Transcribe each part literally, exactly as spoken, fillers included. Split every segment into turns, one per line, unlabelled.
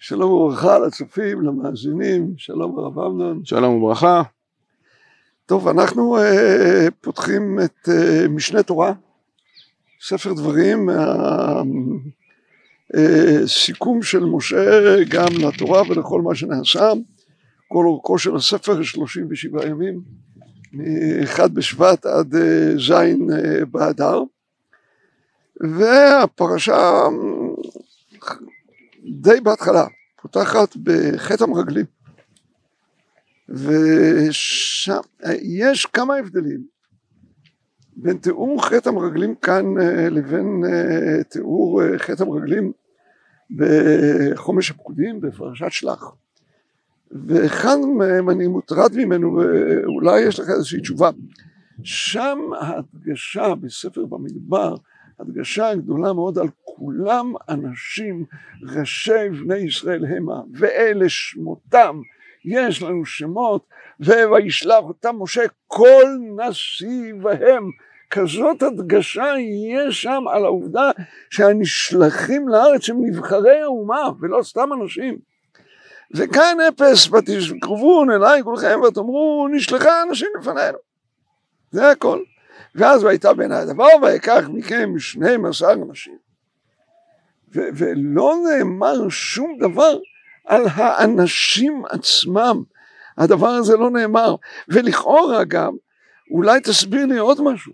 שלום וברכה לצופים, למאזינים, שלום הרב אמנון.
שלום וברכה.
טוב, אנחנו uh, פותחים את uh, משנה תורה, ספר דברים, הסיכום uh, של משה גם לתורה ולכל מה שנעשה, כל אורכו של הספר שלושים ושבעה ימים, מאחד בשבט עד uh, זין uh, באדר, והפרשה די בהתחלה, פותחת בחטא המרגלים, ושם יש כמה הבדלים בין תיאור חטא המרגלים כאן לבין תיאור חטא המרגלים בחומש הפקודים בפרשת שלח, ואחד מהם אני מוטרד ממנו ואולי יש לך איזושהי תשובה. שם ההדגשה בספר במדבר, הדגשה גדולה מאוד על כולם אנשים ראשי בני ישראל המה ואלה שמותם, יש לנו שמות, וישלח אותם משה כל נשיא בהם. כזאת הדגשה יש שם על העובדה שהנשלחים לארץ הם נבחרי האומה ולא סתם אנשים. וכאן אפס ותקרבון אליי כולכם ותאמרו נשלחה אנשים לפנינו, זה הכל. ואז והייתה בין הדבר ויקח מכם שנים עשר אנשים, ו- ולא נאמר שום דבר על האנשים עצמם, הדבר הזה לא נאמר. ולכאורה גם, אולי תסביר לי עוד משהו,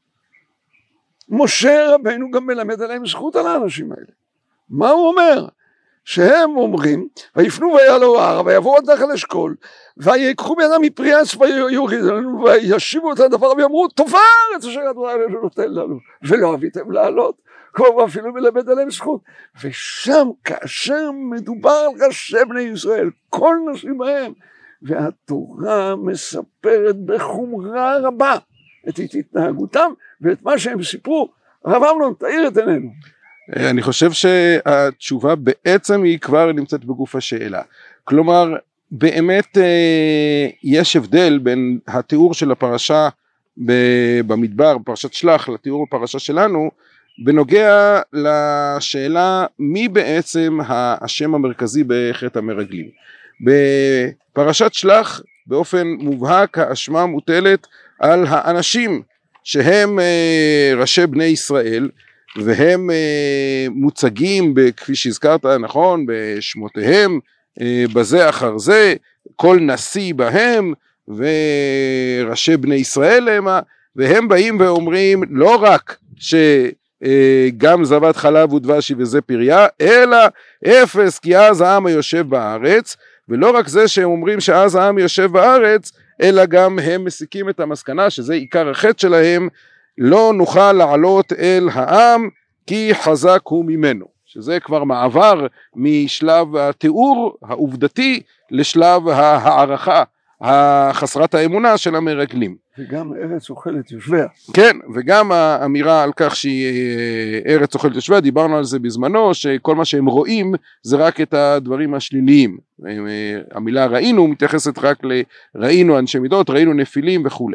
משה רבינו גם מלמד עליהם זכות על האנשים האלה. מה הוא אומר? שהם אומרים ויפנו ויעלו ההר ויבואו עד נחל אשכול ויקחו בידם מפרי העץ ויורידו לנו וישיבו את הדבר ויאמרו טובה הארץ אשר אדוני אלוהינו נותן לנו ולא אביתם לעלות. כבר אפילו מלמד עליהם זכות. ושם כאשר מדובר על ראשי בני ישראל כל נשים בהם, והתורה מספרת בחומרה רבה את התנהגותם ואת מה שהם סיפרו. הרב אמנון, תאיר את עינינו.
אני חושב שהתשובה בעצם היא כבר נמצאת בגוף השאלה. כלומר, באמת יש הבדל בין התיאור של הפרשה במדבר, פרשת שלח, לתיאור בפרשה שלנו, בנוגע לשאלה מי בעצם השם המרכזי בחטא המרגלים. בפרשת שלח באופן מובהק האשמה מוטלת על האנשים שהם ראשי בני ישראל, והם מוצגים כפי שהזכרת נכון בשמותיהם בזה אחר זה, כל נשיא בהם וראשי בני ישראל הם, והם באים ואומרים לא רק שגם זבת חלב ודבש וזה פריה, אלא אפס כי אז העם היושב בארץ. ולא רק זה שהם אומרים שאז העם יושב בארץ, אלא גם הם מסיקים את המסקנה שזה עיקר החטא שלהם, לא נוכל לעלות אל העם כי חזק הוא ממנו, שזה כבר מעבר משלב התיאור העובדתי לשלב הערכה החסרת האמונה של המרגלים.
וגם ארץ אוכלת יושביה.
כן, וגם האמירה על כך שהיא ארץ אוכלת יושביה, דיברנו על זה בזמנו, שכל מה שהם רואים זה רק את הדברים השליליים. המילה ראינו מתייחסת רק לראינו אנשי מידות, ראינו נפילים וכו'.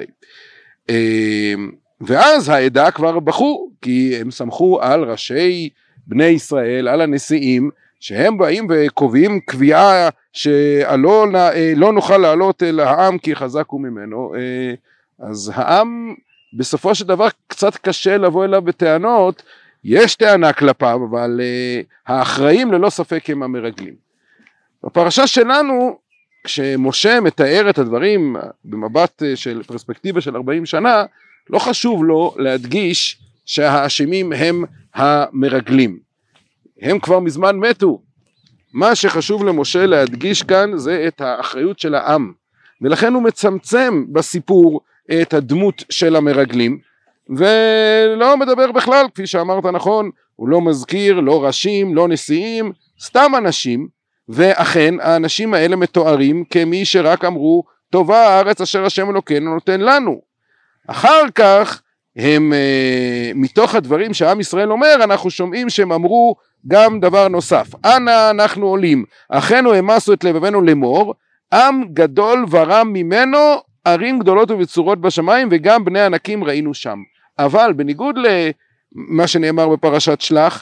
ואז העדה כבר בחו, כי הם סמכו על ראשי בני ישראל, על הנשיאים, שהם באים וקובעים קביעה שלא לא נוכל לעלות אל העם כי חזק הוא ממנו. אז העם בסופו של דבר קצת קשה לבוא אליו בטענות, יש טענה כלפיו, אבל האחראים ללא ספק הם המרגלים. בפרשה שלנו, כשמשה מתאר את הדברים במבט של פרספקטיבה של ארבעים שנה, לא חשוב לו להדגיש שהאשמים הם המרגלים. הם כבר מזמן מתו. מה שחשוב למשה להדגיש כאן זה את האחריות של העם. ולכן הוא מצמצם בסיפור את הדמות של המרגלים, ולא מדבר בכלל, כפי שאמרת נכון, הוא לא מזכיר, לא ראשים, לא נשיאים, סתם אנשים, ואכן האנשים האלה מתוארים כמי שרק אמרו, טובה הארץ אשר השם אלוקינו נותן לנו. אחר כך הם מתוך הדברים שעם ישראל אומר, אנחנו שומעים שהם אמרו גם דבר נוסף, אנה אנחנו עולים, אחינו המסו את לבבנו לאמור, עם גדול ורם ממנו, ערים גדולות ובצורות בשמיים, וגם בני ענקים ראינו שם. אבל בניגוד למה שנאמר בפרשת שלח,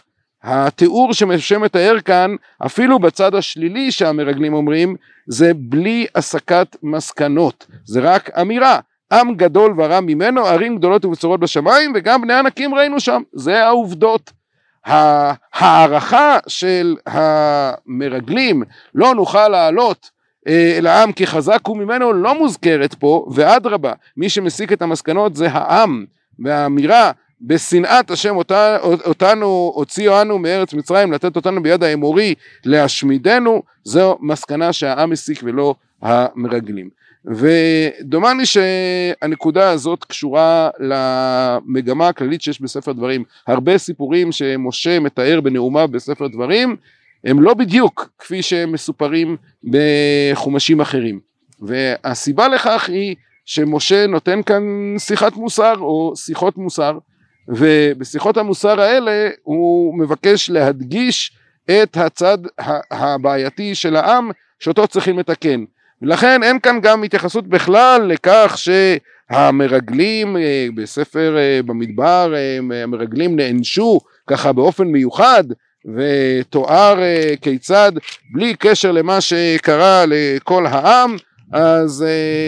התיאור שמשה מתאר כאן, אפילו בצד השלילי שהמרגלים אומרים, זה בלי הסקת מסקנות, זה רק אמירה, עם גדול ורם ממנו, ערים גדולות ובצורות בשמיים, וגם בני ענקים ראינו שם, זה העובדות. הערכה של המרגלים, לא נוכל לעלות אל העם כי חזק הוא ממנו, לא מוזכרת פה, ואדרבה, מי שמסיק את המסקנות זה העם, והאמירה, בשנאת השם אותה, אותנו הוציאו אנו מארץ מצרים לתת אותנו ביד האמורי להשמידנו, זו מסקנה שהעם מסיק ולא המרגלים. ודומני שהנקודה הזאת קשורה למגמה הכללית שיש בספר דברים. הרבה סיפורים שמשה מתאר בנאומיו בספר דברים הם לא בדיוק כפי שהם מסופרים בחומשים אחרים, והסיבה לכך היא שמשה נותן כאן שיחת מוסר או שיחות מוסר, ובשיחות המוסר האלה הוא מבקש להדגיש את הצד הבעייתי של העם שאותו צריכים לתקן, ולכן אין כאן גם התייחסות בכלל לכך שהמרגלים בספר במדבר, המרגלים נענשו ככה באופן מיוחד, ותואר כיצד בלי קשר למה שקרה לכל העם, אז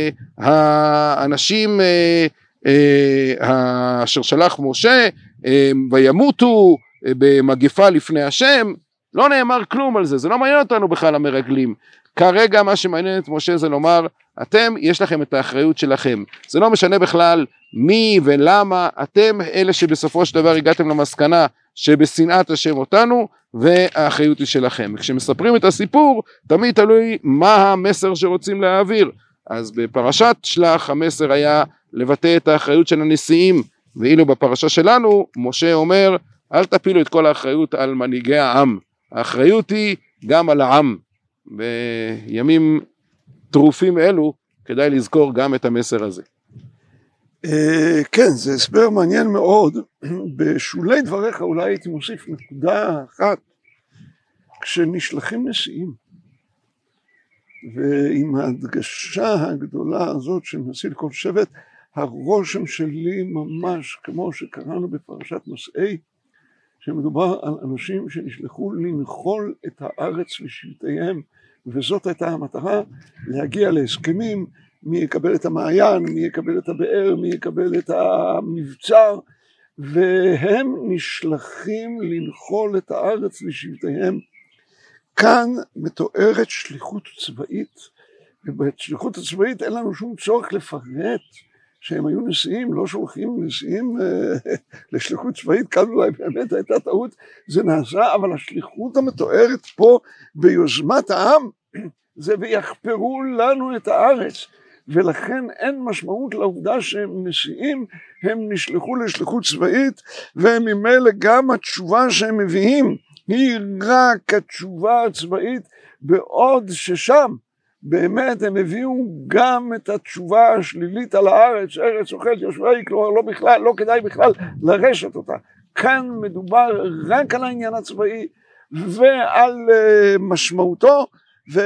האנשים אשר שלח משה וימותו במגפה לפני השם, לא נאמר כלום על זה, זה לא מעניין אותנו בכלל המרגלים. כרגע מה שמעניין את משה זה לומר, אתם יש לכם את האחריות שלכם, זה לא משנה בכלל מי ולמה, אתם אלה שבסופו של דבר הגעתם למסקנה שבשנאת השם אותנו, והאחריות היא שלכם. כשמספרים את הסיפור תמיד תלוי מה המסר שרוצים להעביר, אז בפרשת שלח המסר היה לבטא את האחריות של הנשיאים, ואילו בפרשה שלנו משה אומר אל תפילו את כל האחריות על מנהיגי העם, האחריות היא גם על העם. בימים טרופים אלו כדאי לזכור גם את המסר הזה.
כן, זה הסבר מעניין מאוד. בשולי דבריך אולי הייתי מוסיף נקודה אחת, כשנשלחים נשיאים ועם ההדגשה הגדולה הזאת של נשיא לכל שבט, הרושם שלי ממש כמו שקראנו בפרשת מסעי, שמדובר על אנשים שנשלחו לנחול את הארץ לשבטיהם, וזאת הייתה המטרה, להגיע להסכמים, מי יקבל את המעיין, מי יקבל את הבאר, מי יקבל את המבצר, והם נשלחים לנחול את הארץ לשבטיהם. כאן מתוארת שליחות צבאית, ובשליחות הצבאית אין לנו שום צורך לפרט שהם היו נשיאים, לא שולחים נשיאים לשליחות צבאית, כאן אולי באמת הייתה טעות, זה נעשה, אבל השליחות המתוארת פה ביוזמת העם, זה ויחפרו לנו את הארץ, ולכן אין משמעות לעובדה שהם נשיאים, הם נשלחו לשליחות צבאית, וממילא גם התשובה שהם מביאים, היא רק התשובה הצבאית, בעוד ששם, באמת הם הביאו גם את התשובה השלילית על הארץ, ארץ אוכלת יושבי, כלומר לא בכלל, לא כדאי בכלל לרשת אותה. כאן מדובר רק על העניין הצבאי ועל משמעותו, ו,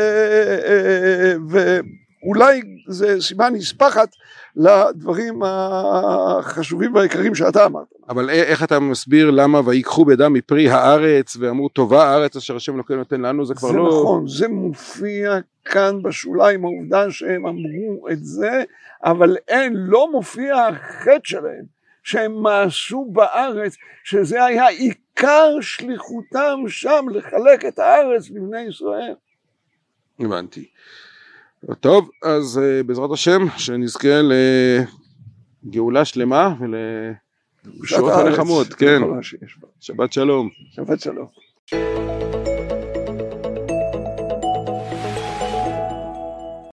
ואולי זה סיבה נספחת לדברים החשובים והעיקריים שאתה אמרת.
אבל איך אתה מסביר למה ויקחו בידם מפרי הארץ ואמרו טובה הארץ אשר השם אלוקינו נותן לנו, זה כבר
זה
לא...
זה נכון, זה מופיע כאן בשוליים, העובדה שהם אמרו את זה, אבל אין, לא מופיע החטא שלהם, שהם מעשו בארץ, שזה היה עיקר שליחותם שם, לחלק את הארץ לבני ישראל.
הבנתי. טוב, אז בעזרת השם, שנזכה לגאולה שלמה ולבשורות ונחמות, כן. שבת שלום.
שבת שלום.